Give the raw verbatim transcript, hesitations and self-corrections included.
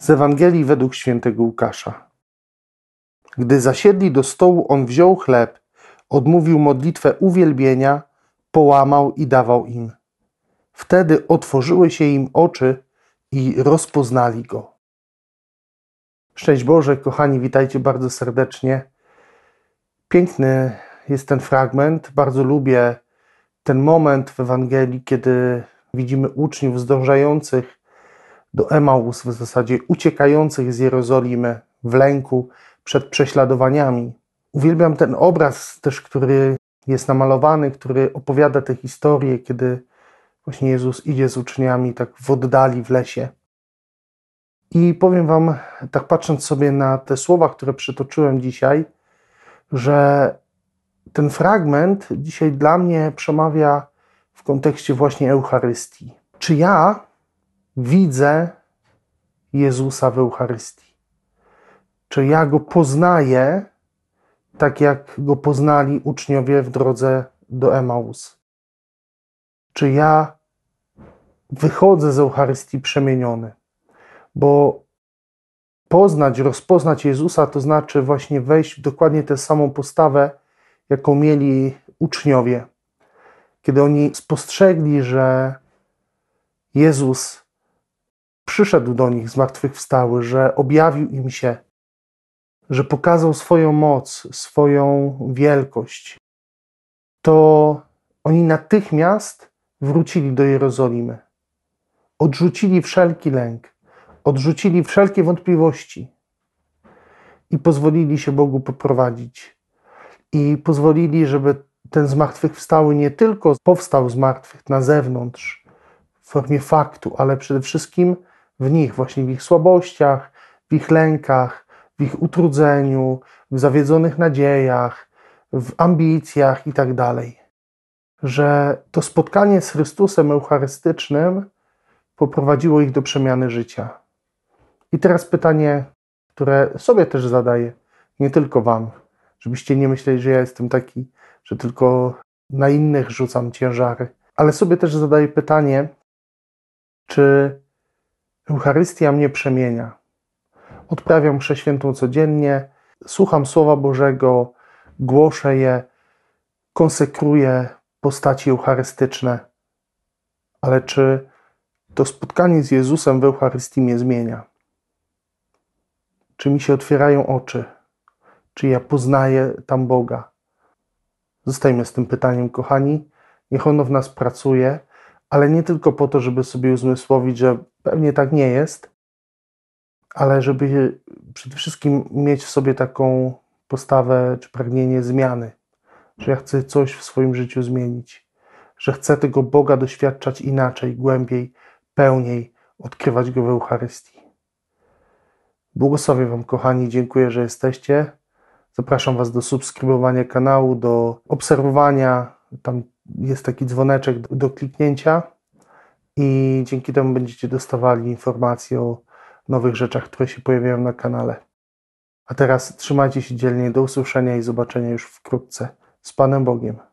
Z Ewangelii według świętego Łukasza. Gdy zasiedli do stołu, on wziął chleb, odmówił modlitwę uwielbienia, połamał i dawał im. Wtedy otworzyły się im oczy i rozpoznali go. Szczęść Boże, kochani, witajcie bardzo serdecznie. Piękny jest ten fragment, bardzo lubię ten moment w Ewangelii, kiedy widzimy uczniów zdążających do Emaus, w zasadzie uciekających z Jerozolimy w lęku przed prześladowaniami. Uwielbiam ten obraz też, który jest namalowany, który opowiada tę historię, kiedy właśnie Jezus idzie z uczniami tak w oddali w lesie. I powiem wam, tak patrząc sobie na te słowa, które przytoczyłem dzisiaj, że ten fragment dzisiaj dla mnie przemawia w kontekście właśnie Eucharystii. Czy ja widzę Jezusa w Eucharystii? Czy ja Go poznaję tak, jak Go poznali uczniowie w drodze do Emaus? Czy ja wychodzę z Eucharystii przemieniony? Bo poznać, rozpoznać Jezusa to znaczy właśnie wejść w dokładnie tę samą postawę, jaką mieli uczniowie. Kiedy oni spostrzegli, że Jezus przyszedł do nich zmartwychwstały, że objawił im się, że pokazał swoją moc, swoją wielkość, to oni natychmiast wrócili do Jerozolimy. Odrzucili wszelki lęk, odrzucili wszelkie wątpliwości i pozwolili się Bogu poprowadzić. I pozwolili, żeby ten zmartwychwstały nie tylko powstał z martwych na zewnątrz, w formie faktu, ale przede wszystkim w nich, właśnie w ich słabościach, w ich lękach, w ich utrudzeniu, w zawiedzonych nadziejach, w ambicjach i tak dalej. Że to spotkanie z Chrystusem eucharystycznym poprowadziło ich do przemiany życia. I teraz pytanie, które sobie też zadaję, nie tylko wam, żebyście nie myśleli, że ja jestem taki, że tylko na innych rzucam ciężary, ale sobie też zadaję pytanie, czy Eucharystia mnie przemienia? Odprawiam mszę świętą codziennie, słucham Słowa Bożego, głoszę je, konsekruję postaci eucharystyczne, ale czy to spotkanie z Jezusem w Eucharystii mnie zmienia? Czy mi się otwierają oczy? Czy ja poznaję tam Boga? Zostajmy z tym pytaniem, kochani. Niech ono w nas pracuje, ale nie tylko po to, żeby sobie uzmysłowić, że pewnie tak nie jest, ale żeby przede wszystkim mieć w sobie taką postawę czy pragnienie zmiany, że ja chcę coś w swoim życiu zmienić, że chcę tego Boga doświadczać inaczej, głębiej, pełniej, odkrywać Go w Eucharystii. Błogosławię wam, kochani, dziękuję, że jesteście. Zapraszam was do subskrybowania kanału, do obserwowania. Tam jest taki dzwoneczek do, do kliknięcia i dzięki temu będziecie dostawali informacje o nowych rzeczach, które się pojawiają na kanale. A teraz trzymajcie się dzielnie, do usłyszenia i zobaczenia już wkrótce. Z Panem Bogiem.